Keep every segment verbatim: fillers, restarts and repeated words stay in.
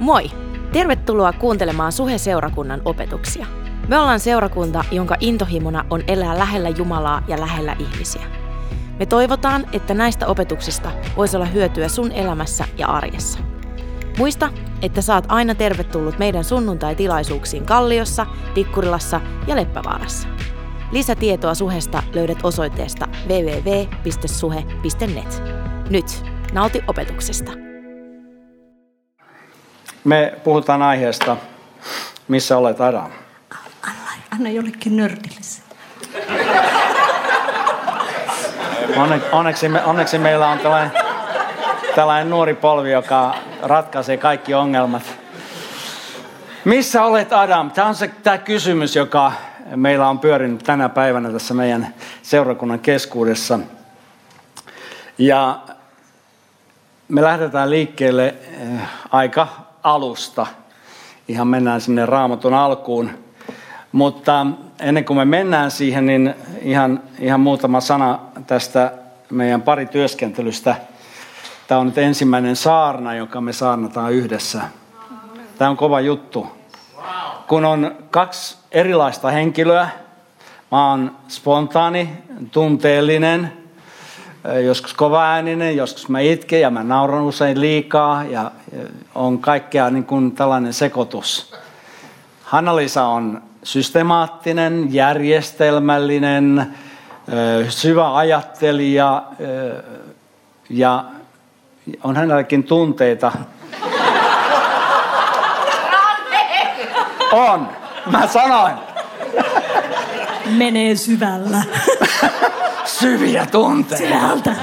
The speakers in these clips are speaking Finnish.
Moi! Tervetuloa kuuntelemaan Suhe-seurakunnan opetuksia. Me ollaan seurakunta, jonka intohimona on elää lähellä Jumalaa ja lähellä ihmisiä. Me toivotaan, että näistä opetuksista voisi olla hyötyä sun elämässä ja arjessa. Muista, että saat aina tervetullut meidän sunnuntai-tilaisuuksiin Kalliossa, Tikkurilassa ja Leppävaarassa. Lisätietoa Suhesta löydät osoitteesta double-u double-u double-u piste suhe piste net. Nyt, nauti opetuksesta. Me puhutaan aiheesta, missä olet Adam. Anna, anna jollekin nörtille se. Onne, onneksi, me, onneksi meillä on tällainen, tällainen nuori polvi, joka ratkaisee kaikki ongelmat. Missä olet Adam? Tämä on se tämä kysymys, joka meillä on pyörinyt tänä päivänä tässä meidän seurakunnan keskuudessa. Ja me lähdetään liikkeelle aika alusta. Ihan mennään sinne Raamatun alkuun. Mutta ennen kuin me mennään siihen, niin ihan, ihan muutama sana tästä meidän parityöskentelystä. Tämä on nyt ensimmäinen saarna, joka me saarnataan yhdessä. Tämä on kova juttu. Kun on kaksi erilaista henkilöä, mä oon spontaani, tunteellinen, joskus kovaääninen, joskus mä itken ja mä nauran usein liikaa ja on kaikkea niin kuin tällainen sekoitus. Hanna-Liisa on systemaattinen, järjestelmällinen, syvä ajattelija ja on hänelläkin tunteita. On, mä sanoin. Menee syvällä. Syviä tunteita. Syvältä.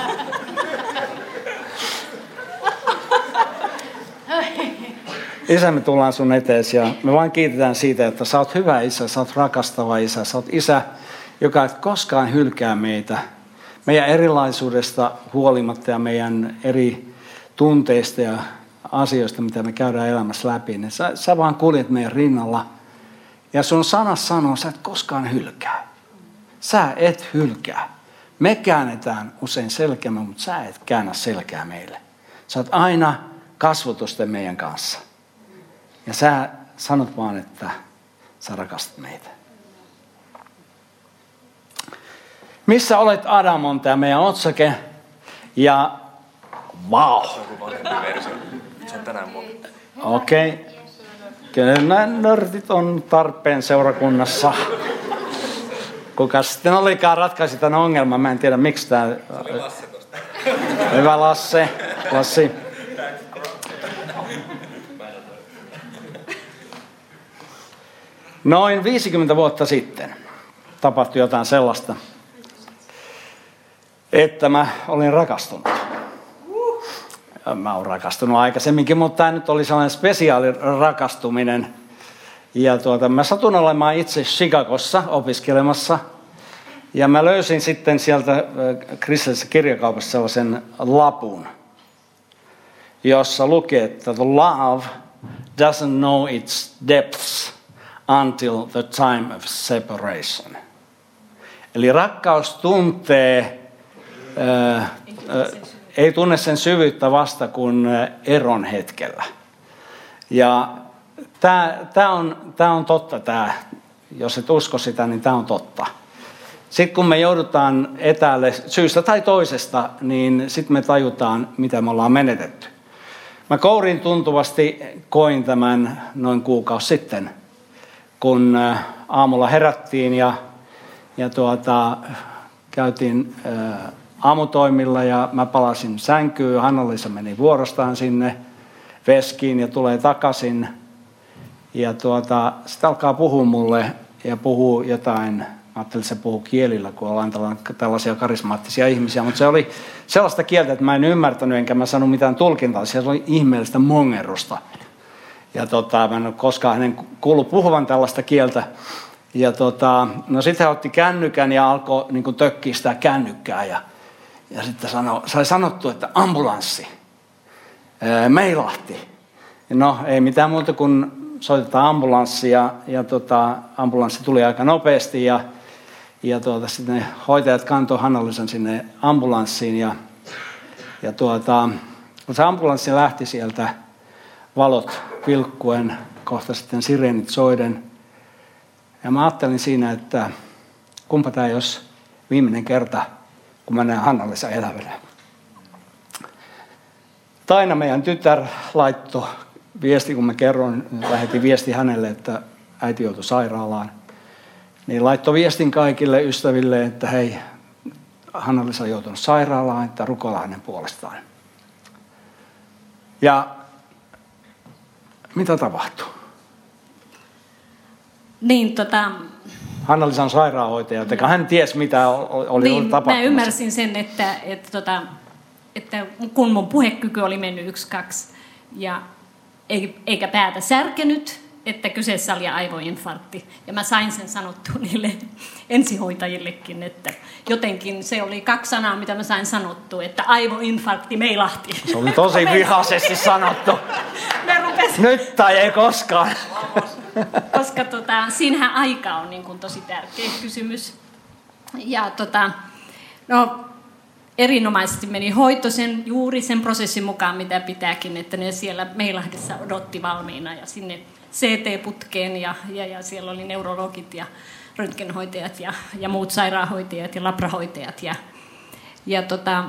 Isä, me tullaan sun eteesi ja me vaan kiitetään siitä, että sä oot hyvä isä, sä oot rakastava isä, sä oot isä, joka et koskaan hylkää meitä. Meidän erilaisuudesta huolimatta ja meidän eri tunteista ja asioista, mitä me käydään elämässä läpi, niin sä, sä vaan kuljet meidän rinnalla. Ja sun sana sanoo, sä et koskaan hylkää. Sä et hylkää. Me käännetään usein selkäämme, mutta sä et käännä selkää meille. Sä oot aina kasvotusten meidän kanssa. Ja sä sanot vaan, että sä rakastat meitä. Missä olet Adam on tämä meidän otsake. Ja vau. Wow. Se on tänään mun. Okei. Okay. Kyllä nämä nörtit on tarpeen seurakunnassa. Kuka sitten olikaan ratkaisi tämän ongelman, mä en tiedä miksi tämä... Se oli Lasse tosta. Hyvä Lasse. Lassi. Noin viisikymmentä vuotta sitten tapahtui jotain sellaista, että mä olin rakastunut. Mä oon rakastunut aikaisemminkin, mutta tämä nyt oli sellainen spesiaali rakastuminen. Ja tuota, mä satun olemaan itse Chicagossa opiskelemassa. Ja mä löysin sitten sieltä kristillisessä kirjakaupassa sellaisen lapun, jossa lukee, että the love doesn't know its depths until the time of separation. Eli rakkaus tuntee, ää, ää, ei tunne sen syvyyttä vasta kuin eron hetkellä. Ja tämä on, tää on totta tämä. Jos et usko sitä, niin tämä on totta. Sitten kun me joudutaan etäälle syystä tai toisesta, niin sitten me tajutaan, mitä me ollaan menetetty. Mä kourin tuntuvasti koin tämän noin kuukausi sitten, kun aamulla herättiin ja, ja tuota, käytiin ää, aamutoimilla ja mä palasin sänkyyn. Hanna-Liisa meni vuorostaan sinne veskiin ja tulee takaisin. Ja tuota, sitten alkaa puhua mulle ja puhuu jotain, mä ajattelin, että se puhuu kielillä, kun ollaan tällaisia karismaattisia ihmisiä, mutta se oli sellaista kieltä, että mä en ymmärtänyt, enkä mä sano mitään tulkintaa. Siellä oli ihmeellistä mongerusta. Ja tota, mä en ole koskaan hänen kuullut puhuvan tällaista kieltä. Ja tota, no sitten hän otti kännykän ja alkoi niin kuin tökkiä sitä kännykkää. Ja, ja sitten sano, sai sanottu, että ambulanssi, ää, meilahti. No ei mitään muuta kuin soitetaan ambulanssi ja, ja tota, ambulanssi tuli aika nopeasti. Ja, ja tuota, sitten ne hoitajat kantoi Hanna-Liisan sinne ambulanssiin. Ja, ja tuota, kun se ambulanssi lähti sieltä valot vilkkuen, kohta sitten sireenit soiden. Ja mä ajattelin siinä, että kumpa tämä jos viimeinen kerta, kun mä näen Hanna-Liisa elävänä. Taina meidän tytär laittoi viesti, kun mä kerron, lähetin viesti hänelle, että äiti joutui sairaalaan. Niin laittoi viestin kaikille ystäville, että hei, Hanna-Liisa on joutunut sairaalaan, että rukoillaan hänen puolestaan. Ja mitä tapahtui? Niin, tota... Hanna-Liisa on sairaanhoitaja, että hän tiesi, mitä oli niin, tapahtumassa. Mä ymmärsin sen, että, että, tota, että kun mun puhekyky oli mennyt yksi, kaksi, ja eikä päätä särkenyt, että kyseessä oli aivoinfarkti. Ja mä sain sen sanottua niille ensihoitajillekin, että jotenkin se oli kaksi sanaa, mitä mä sain sanottua, että aivoinfarkti meilahti. Se oli tosi vihaisesti sanottu. Nyt tai ei koskaan. Koska tota, siinähän aika on niin kuin tosi tärkeä kysymys. Ja tota, no, erinomaisesti meni hoito sen, juuri sen prosessin mukaan, mitä pitääkin, että ne siellä Meilahdessa odotti valmiina ja sinne C T-putkeen ja, ja, ja siellä oli neurologit ja röntgenhoitajat ja, ja muut sairaanhoitajat ja labrahoitajat. Ja, ja tota,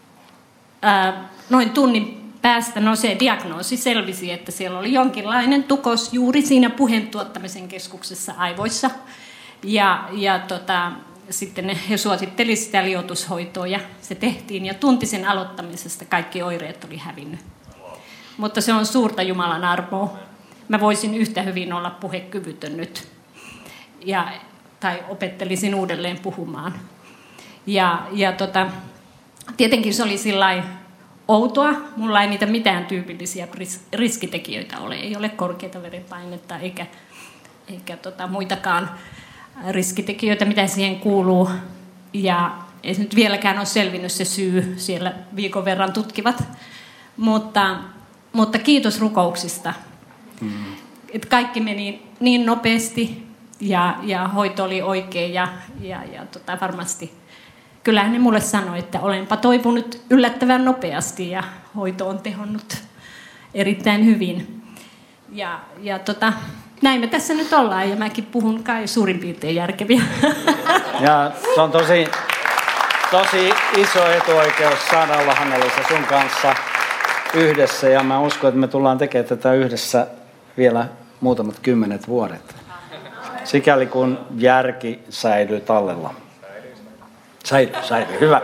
ää, noin tunnin päästä no se diagnoosi selvisi, että siellä oli jonkinlainen tukos juuri siinä puheen tuottamisen keskuksessa aivoissa. Ja, ja tota, sitten he suositteli sitä liotushoitoa ja se tehtiin ja tunti sen aloittamisesta kaikki oireet oli hävinnyt. Mutta se on suurta Jumalan armoa. Mä voisin yhtä hyvin olla puhekyvytön nyt ja, tai opettelisin uudelleen puhumaan. Ja, ja tota, tietenkin se oli sillai outoa. Mulla ei niitä mitään tyypillisiä riskitekijöitä ole. Ei ole korkeata verenpainetta eikä, eikä tota muitakaan riskitekijöitä, mitä siihen kuuluu. Ja ei se nyt vieläkään ole selvinnyt se syy. Siellä viikon verran tutkivat. Mutta, mutta kiitos rukouksista. Mm. Et kaikki meni niin nopeasti ja, ja hoito oli oikein ja, ja, ja tota, varmasti kyllähän ne mulle sanoi, että olenpa toipunut yllättävän nopeasti ja hoito on tehonnut erittäin hyvin. Ja, ja tota, näin me tässä nyt ollaan ja mäkin puhun kai suurin piirtein järkeviä. Ja se on tosi, tosi iso etuoikeus saada olla Hanna-Liisa sun kanssa yhdessä ja mä uskon, että me tullaan tekemään tätä yhdessä vielä muutamat kymmenet vuodet. Sikäli kun järki säilyy tallella. Säilyy, säilyy, hyvä.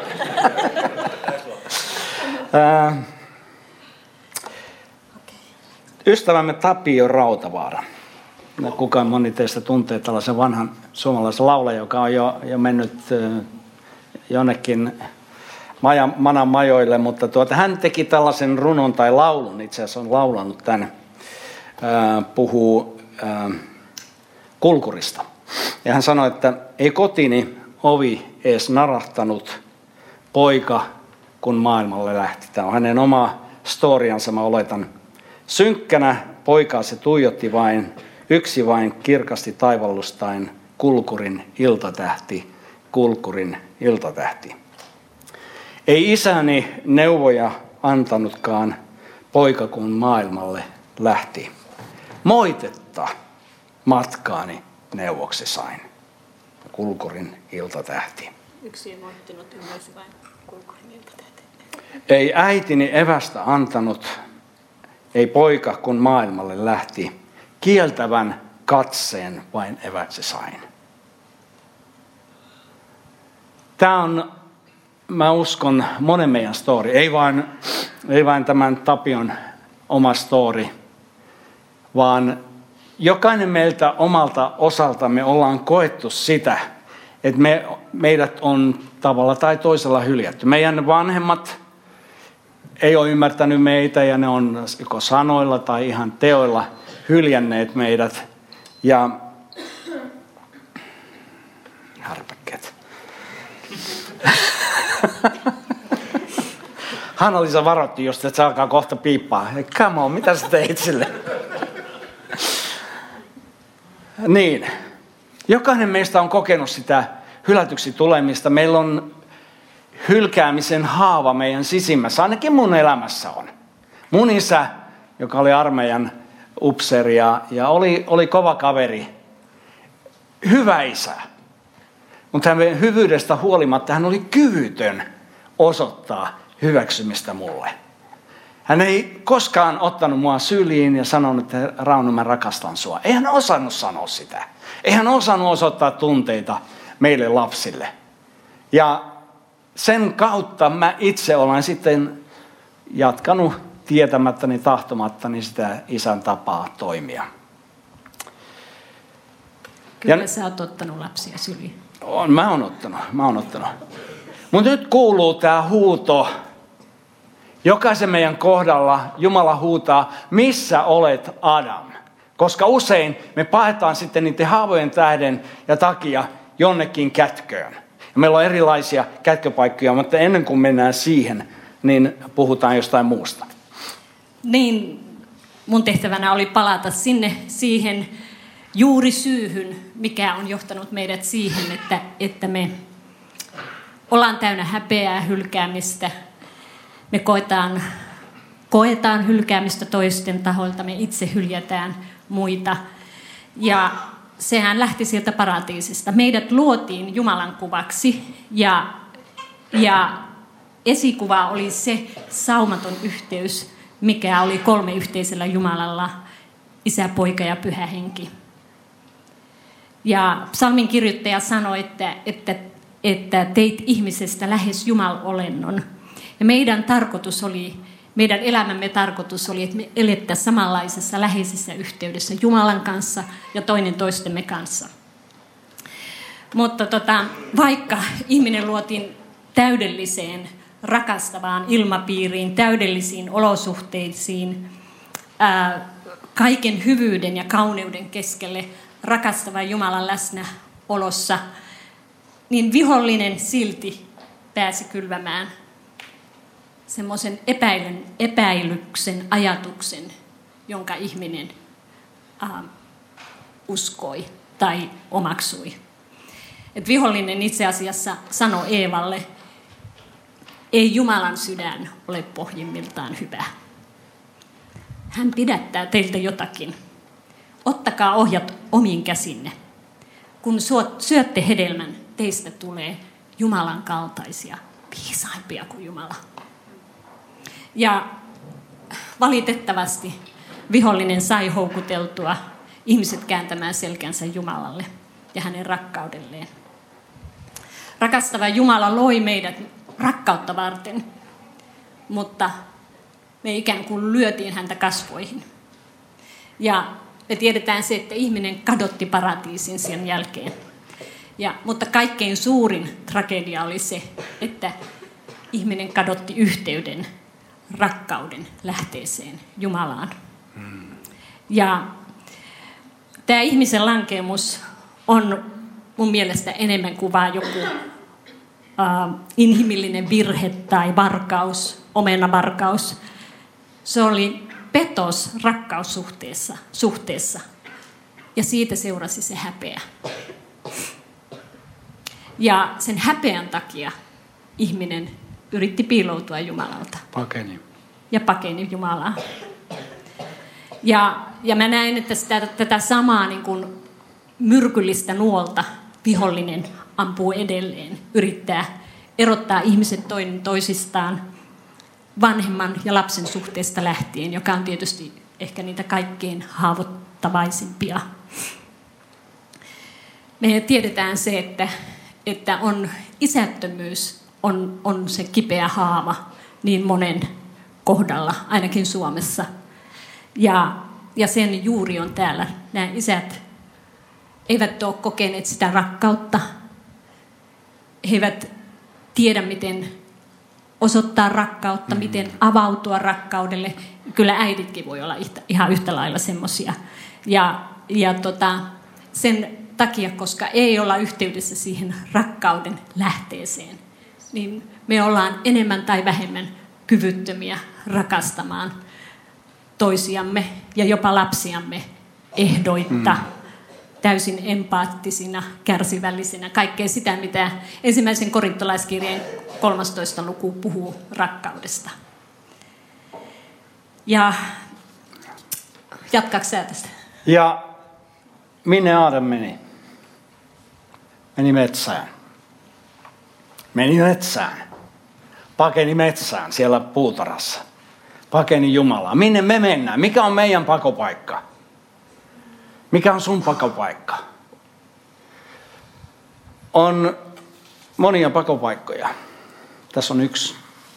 Ystävämme Tapio Rautavaara. Kukaan moni teistä tuntee tällaisen vanhan suomalaisen laulajan, joka on jo, jo mennyt jonnekin majan, manan majoille, mutta tuota, hän teki tällaisen runon tai laulun, itse asiassa on laulanut tämän, ää, puhuu ää, kulkurista. Ja hän sanoi, että ei kotini ovi ees narahtanut poika, kun maailmalle lähti. Tämä on hänen oma storiansa, mä oletan. Synkkänä poikaa se tuijotti vain, yksi vain kirkasti taivallustain, kulkurin iltatähti, kulkurin iltatähti. Ei isäni neuvoja antanutkaan, poika kun maailmalle lähti. Moitetta matkaani neuvoksi sain, kulkurin iltatähti. Yksi ei moittinut, ymmärsi vain kulkurin iltatähti. Ei äitini evästä antanut, ei poika kun maailmalle lähti, kieltävän katseen vain eväksi sain. Tämä on, mä uskon, monen meidän story. Ei vain, ei vain tämän Tapion oma story, vaan jokainen meiltä omalta osaltamme ollaan koettu sitä, että me, meidät on tavalla tai toisella hyljätty. Meidän vanhemmat ei ole ymmärtänyt meitä ja ne on joko sanoilla tai ihan teoilla hyljänneet meidät. Ja härpäkkeet. Hanna-Liisa varoitti just, että se alkaa kohta piippaa. Come on, mitä sä teit sille? Niin. Jokainen meistä on kokenut sitä hylätyksi tulemista. Meillä on hylkäämisen haava meidän sisimmässä. Ainakin mun elämässä on. Mun isä joka oli armeijan upseeri ja, ja oli, oli kova kaveri. Hyvä isä. Mutta hänen hyvyydestä huolimatta hän oli kyvytön osoittaa hyväksymistä mulle. Hän ei koskaan ottanut mua syliin ja sanonut, että Rauno, mä rakastan sua. Ei hän osannut sanoa sitä. Ei hän osannut osoittaa tunteita meille lapsille. Ja sen kautta mä itse olen sitten jatkanut tietämättäni, tahtomattani sitä isän tapaa toimia. Kyllä ja, sä oot ottanut lapsia syliin. On, mä oon ottanut, mä oon ottanut. Mutta nyt kuuluu tää huuto. Jokaisen meidän kohdalla Jumala huutaa, missä olet Adam? Koska usein me paetaan sitten niiden haavojen tähden ja takia jonnekin kätköön. Ja meillä on erilaisia kätköpaikkoja, mutta ennen kuin mennään siihen, niin puhutaan jostain muusta. Niin, mun tehtävänä oli palata sinne siihen juuri syyhyn, mikä on johtanut meidät siihen, että, että me ollaan täynnä häpeää, hylkäämistä. Me koetaan, koetaan hylkäämistä toisten taholta, me itse hyljätään muita. Ja sehän lähti sieltä paratiisista. Meidät luotiin Jumalan kuvaksi ja, ja esikuva oli se saumaton yhteys, mikä oli kolme yhteisellä Jumalalla, Isä, Poika ja Pyhä Henki. Ja psalmin kirjoittaja sanoi, että, että, että teit ihmisestä lähes Jumal-olennon. Ja meidän tarkoitus oli, meidän elämämme tarkoitus oli, että me elettäisiin samanlaisessa läheisessä yhteydessä Jumalan kanssa ja toinen toistemme kanssa. Mutta tota, vaikka ihminen luotiin täydelliseen, rakastavaan ilmapiiriin, täydellisiin olosuhteisiin, ää, kaiken hyvyyden ja kauneuden keskelle rakastavan Jumalan läsnäolossa, niin vihollinen silti pääsi kylvämään semmoisen epäilyn, epäilyksen ajatuksen, jonka ihminen äh, uskoi tai omaksui. Et vihollinen itse asiassa sanoi Eevalle, ei Jumalan sydän ole pohjimmiltaan hyvä. Hän pidättää teiltä jotakin. Ottakaa ohjat omiin käsinne. Kun syötte hedelmän, teistä tulee Jumalan kaltaisia, viisaimpia kuin Jumala. Ja valitettavasti vihollinen sai houkuteltua ihmiset kääntämään selkänsä Jumalalle ja hänen rakkaudelleen. Rakastava Jumala loi meidät rakkautta varten, mutta me ikään kuin lyötiin häntä kasvoihin. Ja me tiedetään se, että ihminen kadotti paratiisin sen jälkeen. Ja, mutta kaikkein suurin tragedia oli se, että ihminen kadotti yhteyden rakkauden lähteeseen Jumalaan. Hmm. Ja tämä ihmisen lankeemus on mun mielestä enemmän kuin vain joku uh, inhimillinen virhe tai varkaus, omenavarkaus. Se oli petos rakkaussuhteessa suhteessa. Ja siitä seurasi se häpeä. Ja sen häpeän takia ihminen yritti piiloutua Jumalalta. Pakeni. Ja pakeni Jumalaa. Ja, ja mä näen, että sitä, tätä samaa niin kuin myrkyllistä nuolta vihollinen ampuu edelleen. Yrittää erottaa ihmiset toinen toisistaan vanhemman ja lapsen suhteesta lähtien, joka on tietysti ehkä niitä kaikkein haavoittavaisimpia. Me tiedetään se, että, että on isättömyys on, on se kipeä haava niin monen kohdalla, ainakin Suomessa. Ja, ja sen juuri on täällä. Nämä isät eivät ole kokeneet sitä rakkautta. He eivät tiedä, miten osoittaa rakkautta, mm. miten avautua rakkaudelle. Kyllä äiditkin voi olla ihan yhtä lailla semmoisia. Ja, ja tota, sen takia, koska ei olla yhteydessä siihen rakkauden lähteeseen, niin me ollaan enemmän tai vähemmän kyvyttömiä rakastamaan toisiamme ja jopa lapsiamme ehdoitta, mm. täysin empaattisina, kärsivällisinä, kaikkea sitä, mitä ensimmäisen korintolaiskirjeen kolmastoista luku puhuu rakkaudesta. Ja Jatkaako sä tästä? Ja minne Aadam meni? Meni metsään. Meni metsään. Pakeni metsään siellä puutarhassa. Pakeni Jumalaa. Minne me mennään? Mikä on meidän pakopaikka? Mikä on sun pakopaikka? On monia pakopaikkoja. Tässä on yksi.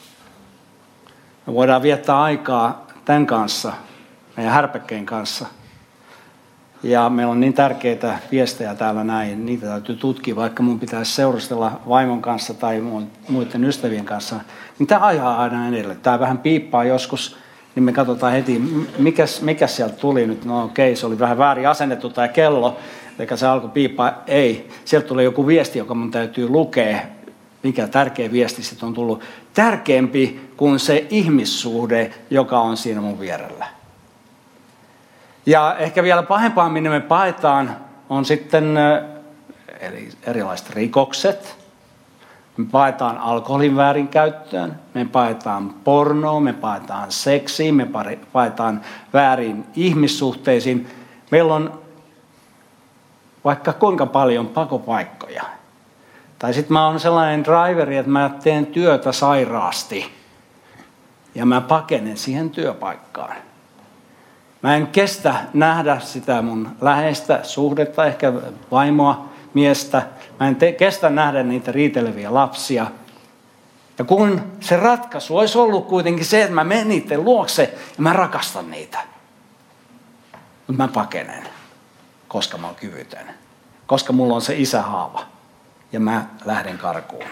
Me voidaan viettää aikaa tämän kanssa, meidän härpäkkeen kanssa. Ja meillä on niin tärkeitä viestejä täällä näin, niitä täytyy tutkia, vaikka mun pitäisi seurustella vaimon kanssa tai muiden ystävien kanssa. Niin tämä ajaa aina edelle. Tämä vähän piippaa joskus, niin me katsotaan heti, mikäs, mikäs sieltä tuli nyt. No okei, se oli vähän väärin asennettu tämä kello, eikä se alkoi piippaa. Ei, sieltä tuli joku viesti, joka mun täytyy lukea. Mikä tärkeä viesti sitten on tullut. Tärkeämpi kuin se ihmissuhde, joka on siinä mun vierellä. Ja ehkä vielä pahempaa, minne me paetaan, on sitten eli erilaiset rikokset. Me paetaan alkoholin väärinkäyttöön, me paetaan pornoon, me paetaan seksiin, me paetaan väärin ihmissuhteisiin. Meillä on vaikka kuinka paljon pakopaikkoja. Tai sitten mä oon sellainen driveri, että mä teen työtä sairaasti ja mä pakenen siihen työpaikkaan. Mä en kestä nähdä sitä mun läheistä suhdetta, ehkä vaimoa, miestä. Mä en te- kestä nähdä niitä riiteleviä lapsia. Ja kun se ratkaisu olisi ollut kuitenkin se, että mä menen niiden luokse ja mä rakastan niitä. Mutta mä pakenen, koska mä oon kyvytön. Koska mulla on se isähaava. Ja mä lähden karkuun.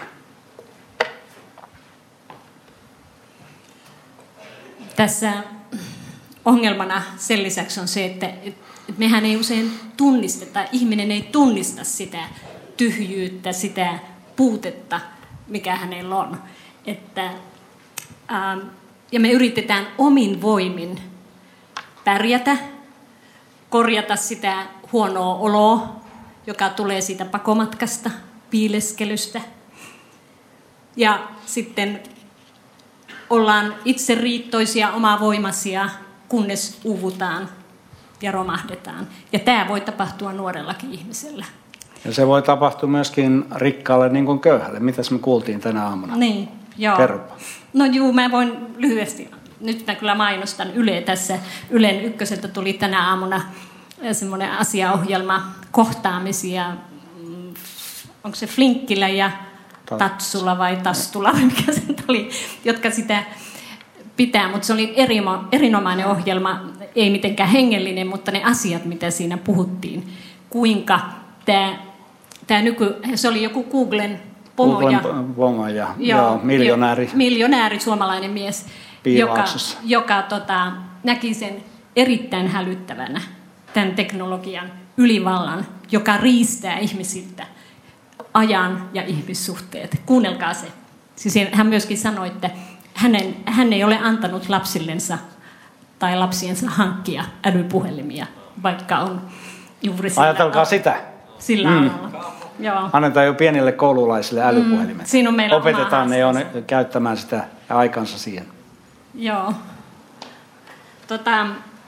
Tässä ongelmana sen lisäksi on se, että mehän ei usein tunnisteta, ihminen ei tunnista sitä tyhjyyttä, sitä puutetta, mikä hänellä on. Että, ähm, ja me yritetään omin voimin pärjätä, korjata sitä huonoa oloa, joka tulee siitä pakomatkasta, piileskelystä. Ja sitten ollaan itseriittoisia, omavoimaisia, kunnes uuvutaan ja romahdetaan. Ja tämä voi tapahtua nuorellakin ihmisellä. Ja se voi tapahtua myöskin rikkaalle niin kuin köyhälle. Mitäs me kuultiin tänä aamuna? Niin, joo. Kerropa. No juu, mä voin lyhyesti. Nyt mä kyllä mainostan Yle tässä. Ylen ykköseltä tuli tänä aamuna semmoinen asiaohjelma, kohtaamisia. Onko se Flinkkilä ja Tatsula vai Tastula vai mikä se oli, jotka sitä pitää. Mutta se oli erimo, erinomainen ohjelma, ei mitenkään hengellinen, mutta ne asiat, mitä siinä puhuttiin. Kuinka tämä, tämä nyky, se oli joku Googlen pomo Googlen ja, pomo ja joo, joo, miljonääri. Jo, miljonääri suomalainen mies, joka, joka tota, näki sen erittäin hälyttävänä, tämän teknologian ylivallan, joka riistää ihmisiltä ajan ja ihmissuhteet. Kuunnelkaa se. Siis hän myöskin sanoi, että hänen, hän ei ole antanut lapsillensa tai lapsiensa hankkia älypuhelimia, vaikka on juuri sillä Ajatelkaa sitä. Sillä mm. alalla. Joo. Annetaan jo pienille koululaisille älypuhelimet. Mm. Siinä on meillä opetetaan ne jo käyttämään sitä aikansa siihen. Joo. Tota...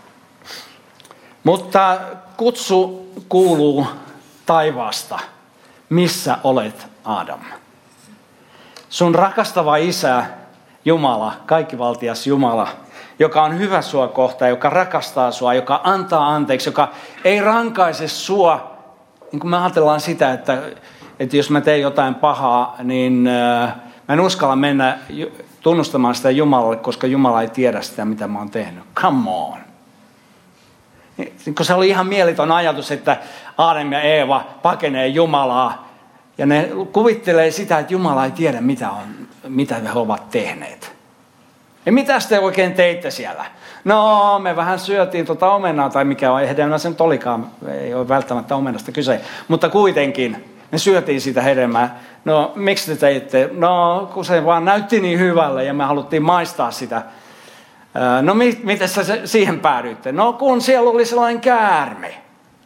Mutta kutsu kuuluu taivaasta. Missä olet, Aadam? Sun rakastava isä, Jumala, kaikkivaltias Jumala, joka on hyvä sua kohtaan, joka rakastaa sua, joka antaa anteeksi, joka ei rankaise sua. Niin kun me ajatellaan sitä, että, että jos mä teen jotain pahaa, niin äh, mä en uskalla mennä tunnustamaan sitä Jumalalle, koska Jumala ei tiedä sitä, mitä mä oon tehnyt. Come on. Kun se oli ihan mieletön ajatus, että Aadam ja Eeva pakenee Jumalaa ja ne kuvittelee sitä, että Jumala ei tiedä, mitä, on, mitä he ovat tehneet. Ja mitä te oikein teitte siellä? No, me vähän syötiin tuota omenaa, tai mikä on hedelmä se nyt olikaan, ei ole välttämättä omenasta kyse, mutta kuitenkin me syötiin sitä hedelmää. No, miksi te teitte? No, kun se vaan näytti niin hyvälle ja me haluttiin maistaa sitä. No, miten sä siihen päädyitte? No, kun siellä oli sellainen käärme.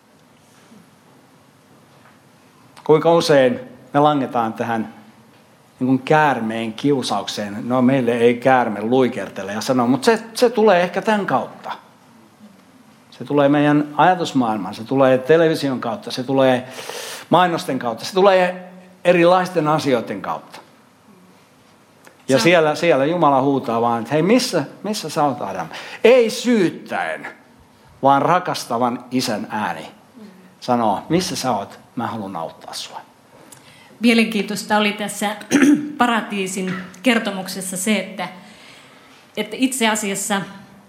Kuinka usein me langetaan tähän niin kuin käärmeen kiusaukseen? No, meille ei käärme luikertele ja sanoo, mutta se, se tulee ehkä tämän kautta. Se tulee meidän ajatusmaailmaan, se tulee television kautta, se tulee mainosten kautta, se tulee erilaisten asioiden kautta. Ja siellä, siellä Jumala huutaa vaan, että hei, missä, missä sä oot, Adam? Ei syyttäen, vaan rakastavan isän ääni sanoo, missä sä oot, mä haluan auttaa sua. Mielenkiintoista oli tässä paratiisin kertomuksessa se, että, että itse asiassa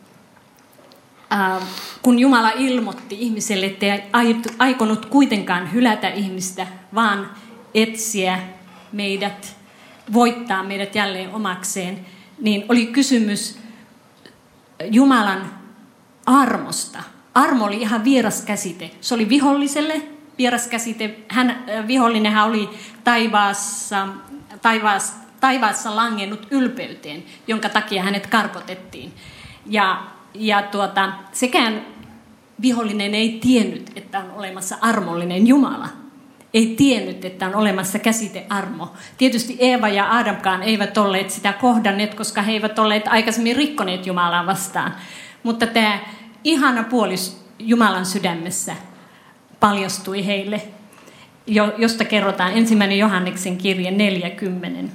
ää, kun Jumala ilmoitti ihmiselle, että ei aikonut kuitenkaan hylätä ihmistä, vaan etsiä meidät, voittaa meidät jälleen omakseen, niin oli kysymys Jumalan armosta. Armo oli ihan vieras käsite. Se oli viholliselle vieras käsite. Hän, vihollinenhan oli taivaassa, taivaassa, taivaassa langennut ylpeyteen, jonka takia hänet karkotettiin. Ja, ja tuota, sekään vihollinen ei tiennyt, että on olemassa armollinen Jumala. Ei tiennyt, että on olemassa käsite armo. Tietysti Eeva ja Aadamkaan eivät olleet sitä kohdanneet, koska he eivät olleet aikaisemmin rikkoneet Jumalaa vastaan. Mutta tämä ihana puoli Jumalan sydämessä paljastui heille, josta kerrotaan ensimmäinen Johanneksen kirje neljäkymmentä.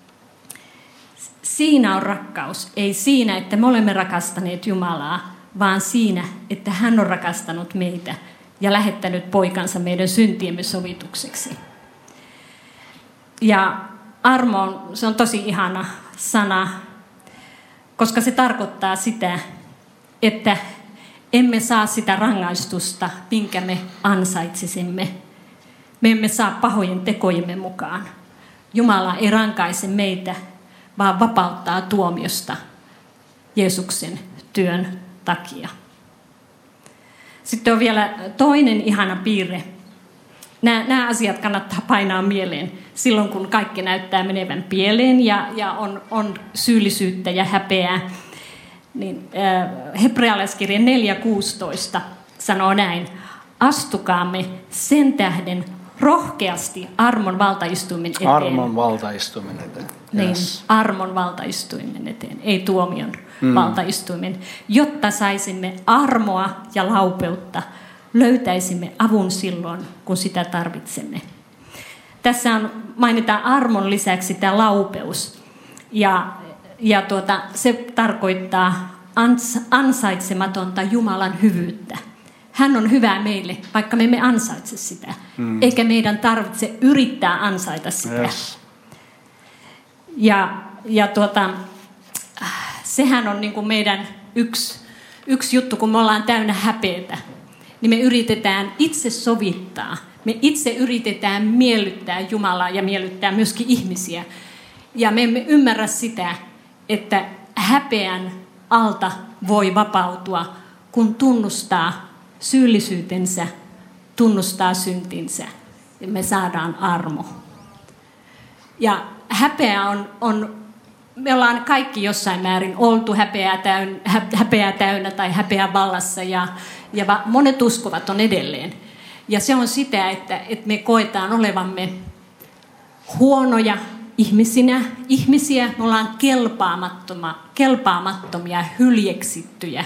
Siinä on rakkaus, ei siinä, että me olemme rakastaneet Jumalaa, vaan siinä, että hän on rakastanut meitä ja lähettänyt poikansa meidän syntiemme sovitukseksi. Ja armo on, se on tosi ihana sana, koska se tarkoittaa sitä, että emme saa sitä rangaistusta, minkä me ansaitsisimme. Me emme saa pahojen tekojemme mukaan. Jumala ei rankaise meitä, vaan vapauttaa tuomiosta Jeesuksen työn takia. Sitten on vielä toinen ihana piirre. Nämä, nämä asiat kannattaa painaa mieleen silloin, kun kaikki näyttää menevän pieleen ja, ja on, on syyllisyyttä ja häpeää. Niin, äh, hebrealaiskirja neljä kuusitoista sanoo näin. Astukaamme sen tähden rohkeasti armon valtaistuimen eteen. Armon valtaistuimen eteen. Niin, Yes. armon valtaistuimen eteen, ei tuomion mm. valtaistuimen, jotta saisimme armoa ja laupeutta, löytäisimme avun silloin, kun sitä tarvitsemme. Tässä on, mainitaan armon lisäksi tämä laupeus, ja, ja tuota, se tarkoittaa ans, ansaitsematonta Jumalan hyvyyttä. Hän on hyvä meille, vaikka me emme ansaitse sitä, mm. eikä meidän tarvitse yrittää ansaita sitä. Yes. Ja, ja tuota, sehän on niin kuin meidän yksi, yksi juttu, kun me ollaan täynnä häpeätä, niin me yritetään itse sovittaa. Me itse yritetään miellyttää Jumalaa ja miellyttää myöskin ihmisiä. Ja me emme ymmärrä sitä, että häpeän alta voi vapautua, kun tunnustaa syyllisyytensä, tunnustaa syntinsä ja me saadaan armo. Ja häpeä on, on, me ollaan kaikki jossain määrin oltu häpeää täynnä, häpeää täynnä tai häpeän vallassa ja, ja monet uskovat on edelleen. Ja se on sitä, että, että me koetaan olevamme huonoja ihmisinä, ihmisiä, me ollaan kelpaamattomia, kelpaamattomia hyljeksittyjä.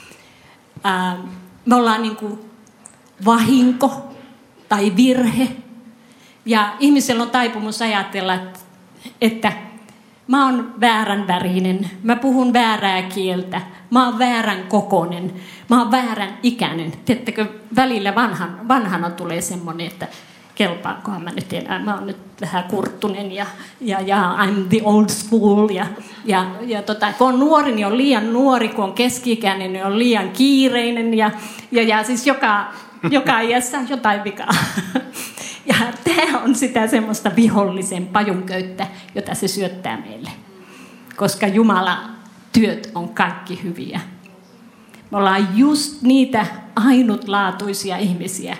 Ää, me ollaan niin kuin vahinko tai virhe. Ja ihmisellä on taipumus ajatella, että, että mä oon väärän värinen, mä puhun väärää kieltä, mä oon väärän kokonen, mä oon väärän ikäinen. Tiedättekö, välillä vanhan, vanhana tulee semmoinen, että kelpaankohan mä nyt enää, mä oon nyt vähän kurttunen ja, ja, ja I'm the old school. Ja, ja, ja tota, kun on nuori, niin on liian nuori, kun on keski-ikäinen, niin on liian kiireinen ja, ja, ja siis joka, joka iässä on jotain vikaa. Ja tämä on sitä semmoista vihollisen pajunköyttä, jota se syöttää meille. Koska Jumalan työt on kaikki hyviä. Me ollaan just niitä ainutlaatuisia ihmisiä,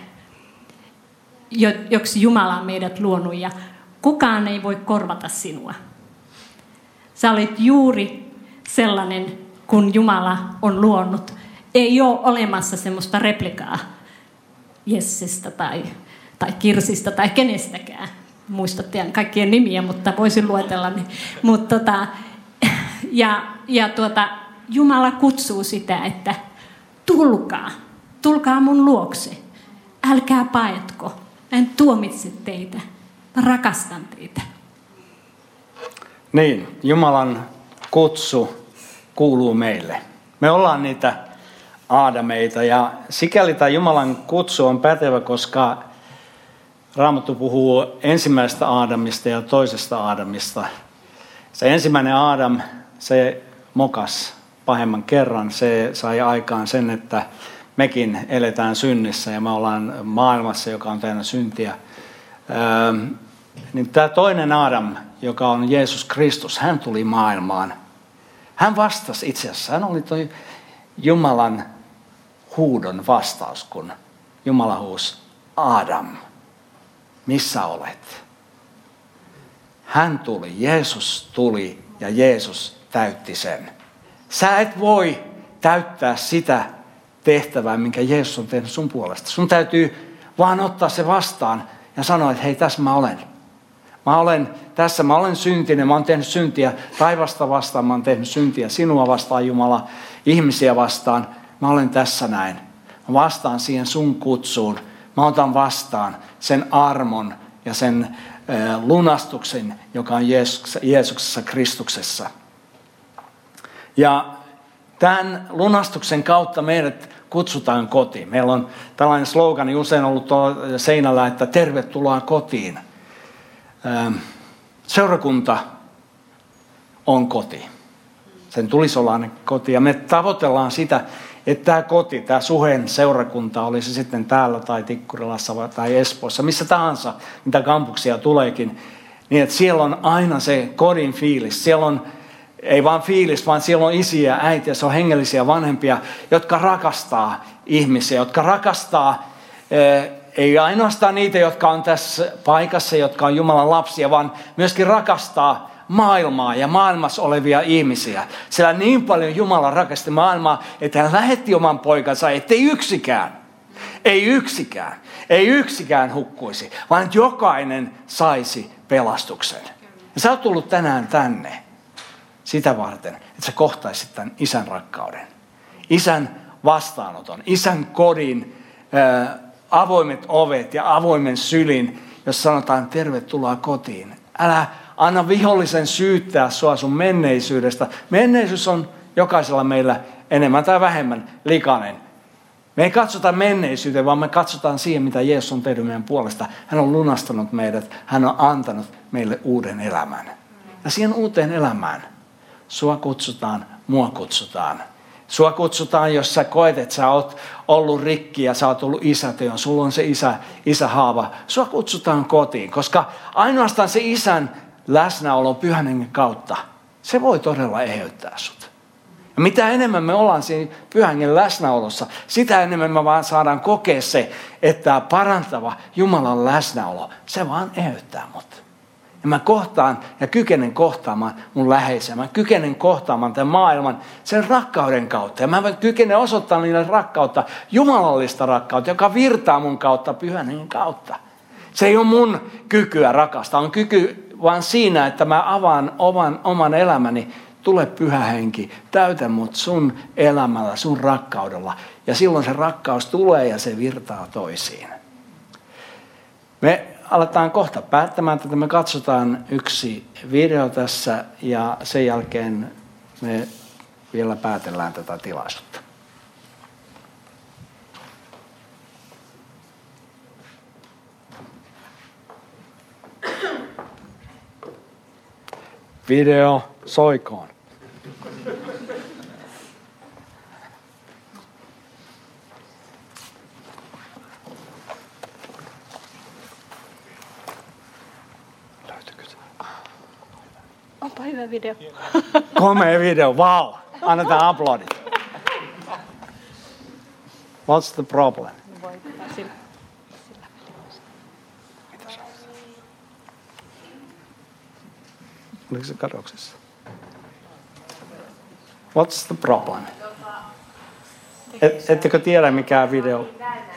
joksi Jumala on meidät luonut ja kukaan ei voi korvata sinua. Sä olet juuri sellainen, kun Jumala on luonut. Ei ole olemassa semmoista replikaa Jessestä tai, tai Kirsistä tai kenestäkään. Muistatte kaikkien nimiä, mutta voisin luetella. Niin. Mut tota, ja ja tuota, Jumala kutsuu sitä, että tulkaa, tulkaa mun luokse. Älkää paetko. En tuomitse teitä. Mä rakastan teitä. Niin, Jumalan kutsu kuuluu meille. Me ollaan niitä Aadameita ja sikäli tämä Jumalan kutsu on pätevä, koska Raamattu puhuu ensimmäisestä Aadamista ja toisesta Aadamista. Se ensimmäinen Aadam, se mokas pahemman kerran. Se sai aikaan sen, että mekin eletään synnissä ja me ollaan maailmassa, joka on täynnä syntiä. Öö, niin tämä toinen Aadam, joka on Jeesus Kristus, hän tuli maailmaan. Hän vastasi itse asiassa, hän oli toi Jumalan huudon vastaus, kun Jumala huusi, Adam, missä olet? Hän tuli, Jeesus tuli ja Jeesus täytti sen. Sä et voi täyttää sitä tehtävää, minkä Jeesus on tehnyt sun puolesta. Sun täytyy vaan ottaa se vastaan ja sanoa, että hei, tässä mä olen. Mä olen tässä, mä olen syntinen, mä oon tehnyt syntiä taivasta vastaan, mä oon tehnyt syntiä sinua vastaan, Jumala, ihmisiä vastaan. Mä olen tässä näin. Mä vastaan siihen sun kutsuun. Mä otan vastaan sen armon ja sen äh, lunastuksen, joka on Jeesuksessa, Jeesuksessa Kristuksessa. Ja tämän lunastuksen kautta meidät kutsutaan kotiin. Meillä on tällainen slogani usein ollut seinällä, että tervetuloa kotiin. Seurakunta on koti. Sen tulisi olla koti. Ja me tavoitellaan sitä, että tämä koti, tämä Suhen seurakunta, oli se sitten täällä tai Tikkurilassa tai Espoossa, missä tahansa, mitä kampuksia tuleekin, niin että siellä on aina se kodin fiilis. Siellä on, ei vaan fiilis, vaan siellä on isiä, äitiä, se on hengellisiä vanhempia, jotka rakastaa ihmisiä, jotka rakastaa ei ainoastaan niitä, jotka on tässä paikassa, jotka on Jumalan lapsia, vaan myöskin rakastaa maailmaa ja maailmassa olevia ihmisiä. Sillä niin paljon Jumala rakasti maailmaa, että hän lähetti oman poikansa, ettei yksikään, ei yksikään, ei yksikään hukkuisi, vaan että jokainen saisi pelastuksen. Ja sä oot tullut tänään tänne sitä varten, että sä kohtaisit tämän isän rakkauden, isän vastaanoton, isän kodin, ää, avoimet ovet ja avoimen sylin, jos sanotaan tervetuloa kotiin. Älä anna vihollisen syyttää sua sun menneisyydestä. Menneisyys on jokaisella meillä enemmän tai vähemmän likainen. Me ei katsota menneisyyteen, vaan me katsotaan siihen, mitä Jeesus on tehnyt meidän puolesta. Hän on lunastanut meidät, hän on antanut meille uuden elämän. Ja siihen uuteen elämään sua kutsutaan, mua kutsutaan. Sua kutsutaan, jos sä koet, että sä oot ollut rikki ja sä oot ollut isäteon. Sulla on se isä, isähaava. Sua kutsutaan kotiin, koska ainoastaan se isän läsnäolo pyhän hengen kautta, se voi todella eheyttää sut. Ja mitä enemmän me ollaan siinä pyhän hengen läsnäolossa, sitä enemmän me vaan saadaan kokea se, että parantava Jumalan läsnäolo, se vaan eheyttää mut. Ja mä kohtaan ja kykenen kohtaamaan mun läheisiä. Mä kykenen kohtaamaan tämän maailman sen rakkauden kautta. Ja mä kykenen osoittamaan niille rakkautta, jumalallista rakkautta, joka virtaa mun kautta pyhän hengen kautta. Se ei ole mun kykyä rakastaa. On kyky vaan siinä, että mä avaan oman, oman elämäni. Tule pyhä henki, täytä mut sun elämällä, sun rakkaudella. Ja silloin se rakkaus tulee ja se virtaa toisiin. Me aletaan kohta päättämään, että me katsotaan yksi video tässä ja sen jälkeen me vielä päätellään tätä tilaisuutta. Video soikoon. Onpa hyvä video. Komea video, wow. Annetaan aplodit. What's the problem? Oliko se kadoksessa? What's the problem? Et, ettekö tiedä mikä video?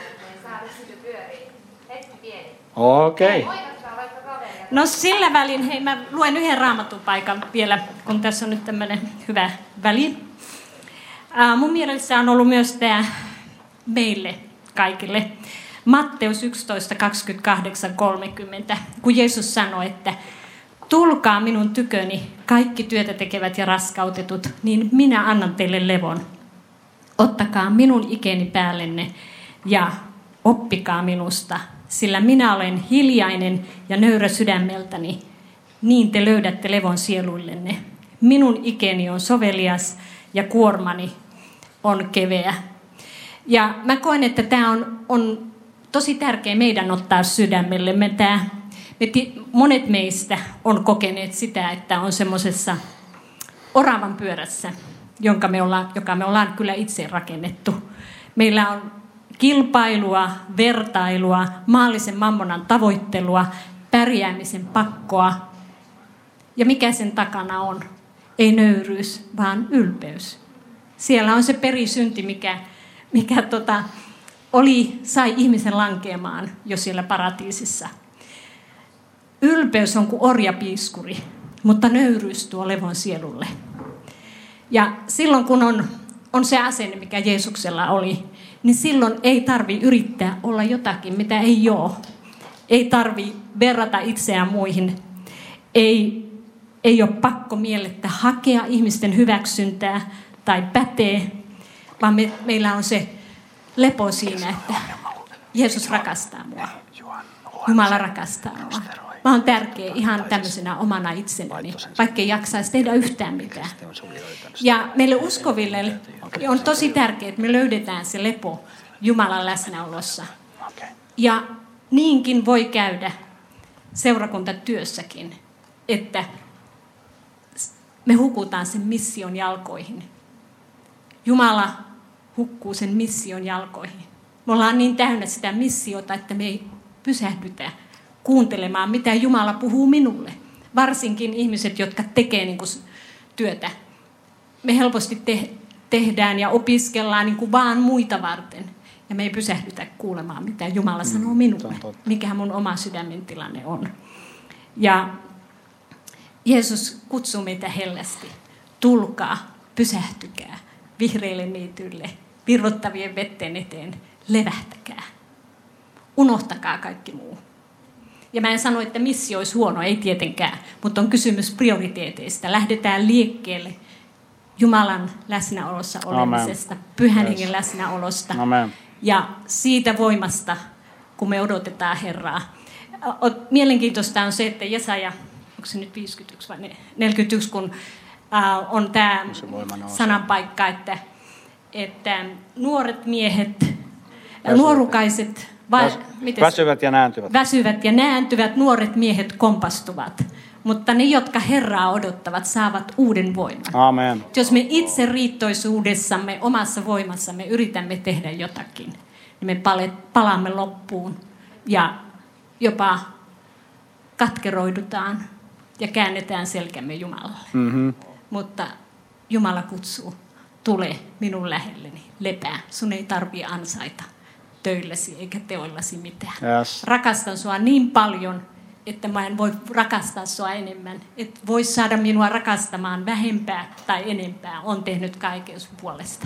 Okei. Okay. No sillä välin, hei mä luen yhden raamatun paikan vielä, kun tässä on nyt tämmöinen hyvä väli. Ää, mun mielessä on ollut myös tämä meille kaikille. Matteus yksitoista, kaksikymmentäkahdeksan, kolmekymmentä, kun Jeesus sanoi, että tulkaa minun tyköni, kaikki työtä tekevät ja raskautetut, niin minä annan teille levon. Ottakaa minun ikeni päällenne ja oppikaa minusta, sillä minä olen hiljainen ja nöyrä sydämeltäni, niin te löydätte levon sieluillenne. Minun ikeni on sovelias ja kuormani on keveä. Ja mä koen, että tämä on, on tosi tärkeä meidän ottaa sydämellemme. Tämä, me, monet meistä on kokeneet sitä, että on semmoisessa oravan pyörässä, jonka me ollaan, joka me ollaan kyllä itse rakennettu. Meillä on kilpailua, vertailua, maallisen mammonan tavoittelua, pärjäämisen pakkoa. Ja mikä sen takana on? Ei nöyryys, vaan ylpeys. Siellä on se perisynti, mikä, mikä tota, oli, sai ihmisen lankeamaan jo siellä paratiisissa. Ylpeys on kuin orjapiiskuri, mutta nöyryys tuo levon sielulle. Ja silloin kun on, on se asenne, mikä Jeesuksella oli, niin silloin ei tarvitse yrittää olla jotakin, mitä ei ole. Ei tarvitse verrata itseään muihin. Ei, ei ole pakko miellettä hakea ihmisten hyväksyntää tai pätee, vaan me, meillä on se lepo siinä, että Jeesus rakastaa mua. Jumala rakastaa mua. Mä oon tärkeä ihan tämmöisenä omana itsenäni, vaikka ei jaksaisi tehdä yhtään mitään. Ja meille uskoville on tosi tärkeää, että me löydetään se lepo Jumalan läsnäolossa. Ja niinkin voi käydä seurakuntatyössäkin, että me hukutaan sen mission jalkoihin. Jumala hukkuu sen mission jalkoihin. Me ollaan niin täynnä sitä missiota, että me ei pysähdytä kuuntelemaan, mitä Jumala puhuu minulle. Varsinkin ihmiset, jotka tekee niin kuin työtä. Me helposti te- tehdään ja opiskellaan niin kuin vaan muita varten. Ja me ei pysähdytä kuulemaan, mitä Jumala sanoo minulle. Mikä mun oma sydämen tilanne on. Ja Jeesus kutsuu meitä hellästi. Tulkaa, pysähtykää vihreille niityille, virvoittavien vetten eteen, levähtäkää. Unohtakaa kaikki muu. Ja mä en sano, että missio olisi huono, ei tietenkään, mutta on kysymys prioriteeteista. Lähdetään liikkeelle Jumalan läsnäolossa olemisesta, Pyhän Hengen läsnäolosta. Amen. Ja siitä voimasta, kun me odotetaan Herraa. Mielenkiintoista on se, että Jesaja, onko se nyt viisikymmentäyksi vai neljäkymmentäyksi, kun on tämä sananpaikka, että, että nuoret miehet, Väsyvät. nuorukaiset, va, Väs, väsyvät ja nääntyvät. Väsyvät ja nääntyvät nuoret miehet kompastuvat, mutta ne, jotka Herraa odottavat, saavat uuden voiman. Amen. Jos me itse riittoisuudessamme, omassa voimassamme yritämme tehdä jotakin, niin me palaamme loppuun ja jopa katkeroidutaan ja käännetään selkämme Jumalalle. Mm-hmm. Mutta Jumala kutsuu, tule minun lähelleni, lepää. Sun ei tarvitse ansaita töilläsi eikä teoillasi mitään. Yes. Rakastan sua niin paljon, että mä en voi rakastaa sua enemmän. Et voi saada minua rakastamaan vähempää tai enempää. On tehnyt kaiken sun puolesta.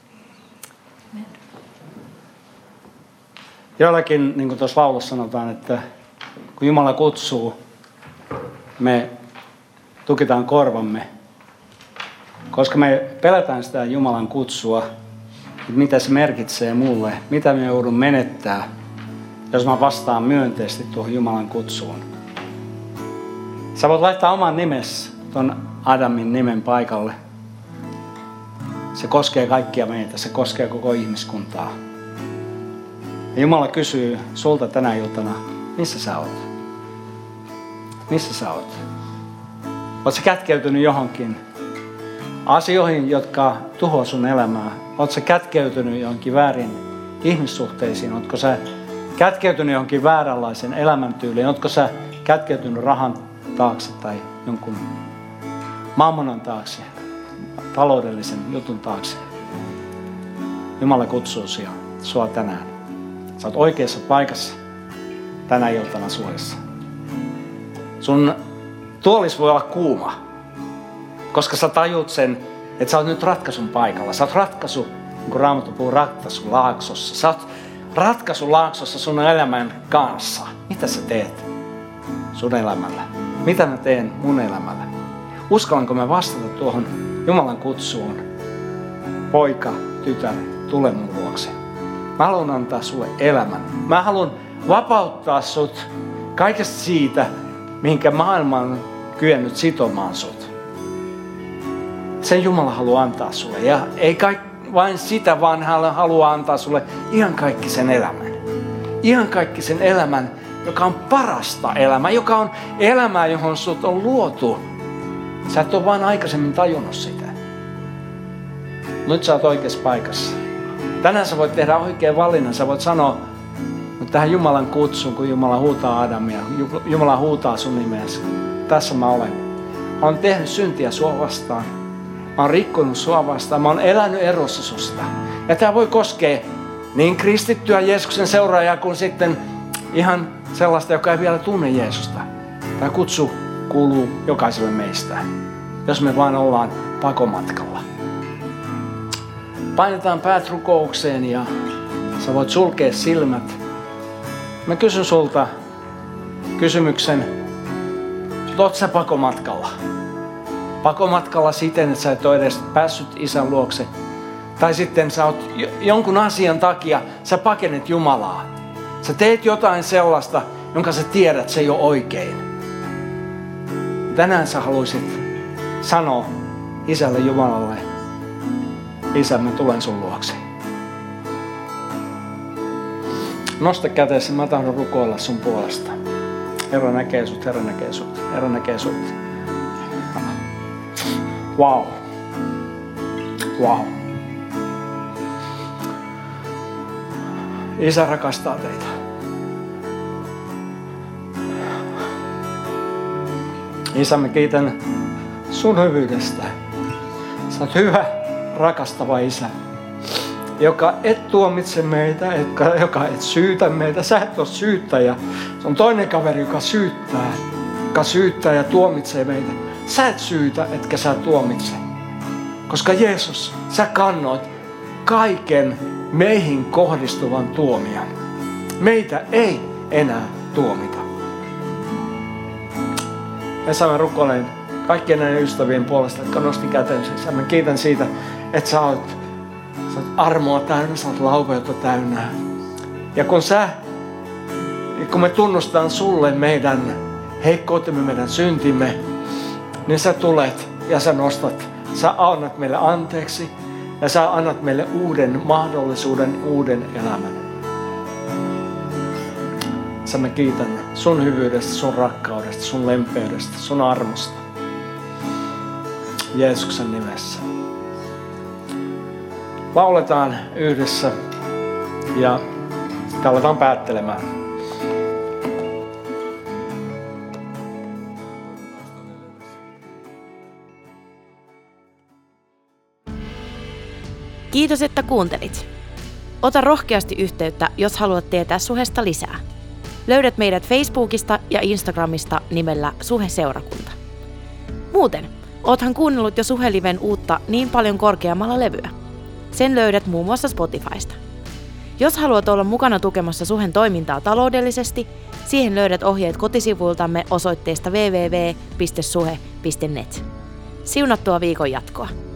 Joillakin, niin kuin tuossa laulussa sanotaan, että kun Jumala kutsuu, me tukitaan korvamme. Koska me pelätään sitä Jumalan kutsua, mitä se merkitsee mulle, mitä me joudun menettää, jos mä vastaan myönteisesti tuohon Jumalan kutsuun. Sä voit laittaa oman nimesi ton Adamin nimen paikalle. Se koskee kaikkia meitä, se koskee koko ihmiskuntaa. Ja Jumala kysyy sulta tänä iltana, missä sä oot? Missä sä oot? Oot sä kätkeytynyt johonkin asioihin, jotka tuhoaa sun elämää? Oot sä kätkeytynyt johonkin väärin ihmissuhteisiin? Ootko sä kätkeytynyt johonkin vääränlaisen elämäntyyliin? Ootko sä kätkeytynyt rahan taakse tai jonkun mammonan taakse, taloudellisen jutun taakse? Jumala kutsuu sua tänään. Sä oot oikeassa paikassa tänä iltana suojassa. Sun tuolis voi olla kuuma, koska sä tajut sen, että sä oot nyt ratkaisun paikalla. Sä oot ratkaisu kun Raamattu puhuu ratkaisulaaksossa. Sä oot ratkaisulaaksossa sun elämän kanssa. Mitä sä teet sun elämällä? Mitä mä teen mun elämällä? Uskallanko mä vastata tuohon Jumalan kutsuun? Poika, tytär, tule mun luokse. Mä haluan antaa sulle elämän. Mä haluan vapauttaa sut kaikesta siitä, mihinkä maailma on kyennyt sitomaan sut. Sen Jumala haluaa antaa sulle. Ja ei kaik, vain sitä, vaan hän haluaa antaa sulle ihan kaikki sen elämän. Ihan kaikki sen elämän, joka on parasta elämää. Joka on elämää, johon sut on luotu. Sä et ole vain aikaisemmin tajunnut sitä. Nyt sä oot oikeassa paikassa. Tänään sä voit tehdä oikean valinnan. Sä voit sanoa tähän Jumalan kutsuun, kun Jumala huutaa Adamia. Jumala huutaa sun nimeäsi. Tässä mä olen. Mä oon tehnyt syntiä sua vastaan. Mä oon rikkonut sua vastaan. Mä oon elänyt erossa susta. Ja tää voi koskea niin kristittyä Jeesuksen seuraajaa kuin sitten ihan sellaista, joka ei vielä tunne Jeesusta. Tämä kutsu kuuluu jokaiselle meistä, jos me vaan ollaan pakomatkalla. Painetaan päät rukoukseen ja sä voit sulkea silmät. Mä kysyn sulta kysymyksen. Oot sä pakomatkalla? Pakomatkalla siten, että sä et ole edes päässyt Isän luokse. Tai sitten sä oot jonkun asian takia, sä pakenet Jumalaa. Sä teet jotain sellaista, jonka sä tiedät, se ei ole oikein. Tänään sä haluaisit sanoa Isälle Jumalalle, Isä, mä tulen sun luokse. Nosta käteesi, mä tahdon rukoilla sun puolesta. Herra näkee sut, Herra näkee sut, Herra näkee sut. Wow. Wow. Isä rakastaa teitä. Isä, mä kiitän sun hyvyydestä. Sä oot hyvä, rakastava Isä, joka et tuomitse meitä, etkä, joka et syytä meitä. Sä et ole syyttäjä. Se on toinen kaveri, joka syyttää, joka syyttää ja tuomitsee meitä. Sä et syytä, etkä sä tuomitse. Koska Jeesus, sä kannoit kaiken meihin kohdistuvan tuomion. Meitä ei enää tuomita. Ja sä mä rukoilen kaikkien näiden ystävien puolesta, jotka nosti kätensä. Mä kiitän siitä, että sä oot, sä oot armoa täynnä, sä oot laupeutta täynnä. Ja kun sä, kun me tunnustaan sulle meidän heikkoutemme, meidän syntimme, niin sä tulet ja sä nostat, sä annat meille anteeksi ja sä annat meille uuden mahdollisuuden, uuden elämän. Sä mä kiitän sun hyvyydestä, sun rakkaudesta, sun lempeydestä, sun armosta. Jeesuksen nimessä. Lauletaan yhdessä ja sitten aletaan päättelemään. Kiitos, että kuuntelit. Ota rohkeasti yhteyttä, jos haluat tietää Suhesta lisää. Löydät meidät Facebookista ja Instagramista nimellä Suhe-seurakunta. Muuten, oothan kuunnellut jo Suhe-liven uutta Niin paljon korkeammalla levyä. Sen löydät muun muassa Spotifysta. Jos haluat olla mukana tukemassa Suhen toimintaa taloudellisesti, siihen löydät ohjeet kotisivuiltamme osoitteesta double-u double-u double-u piste suhe piste net. Siunattua viikon jatkoa!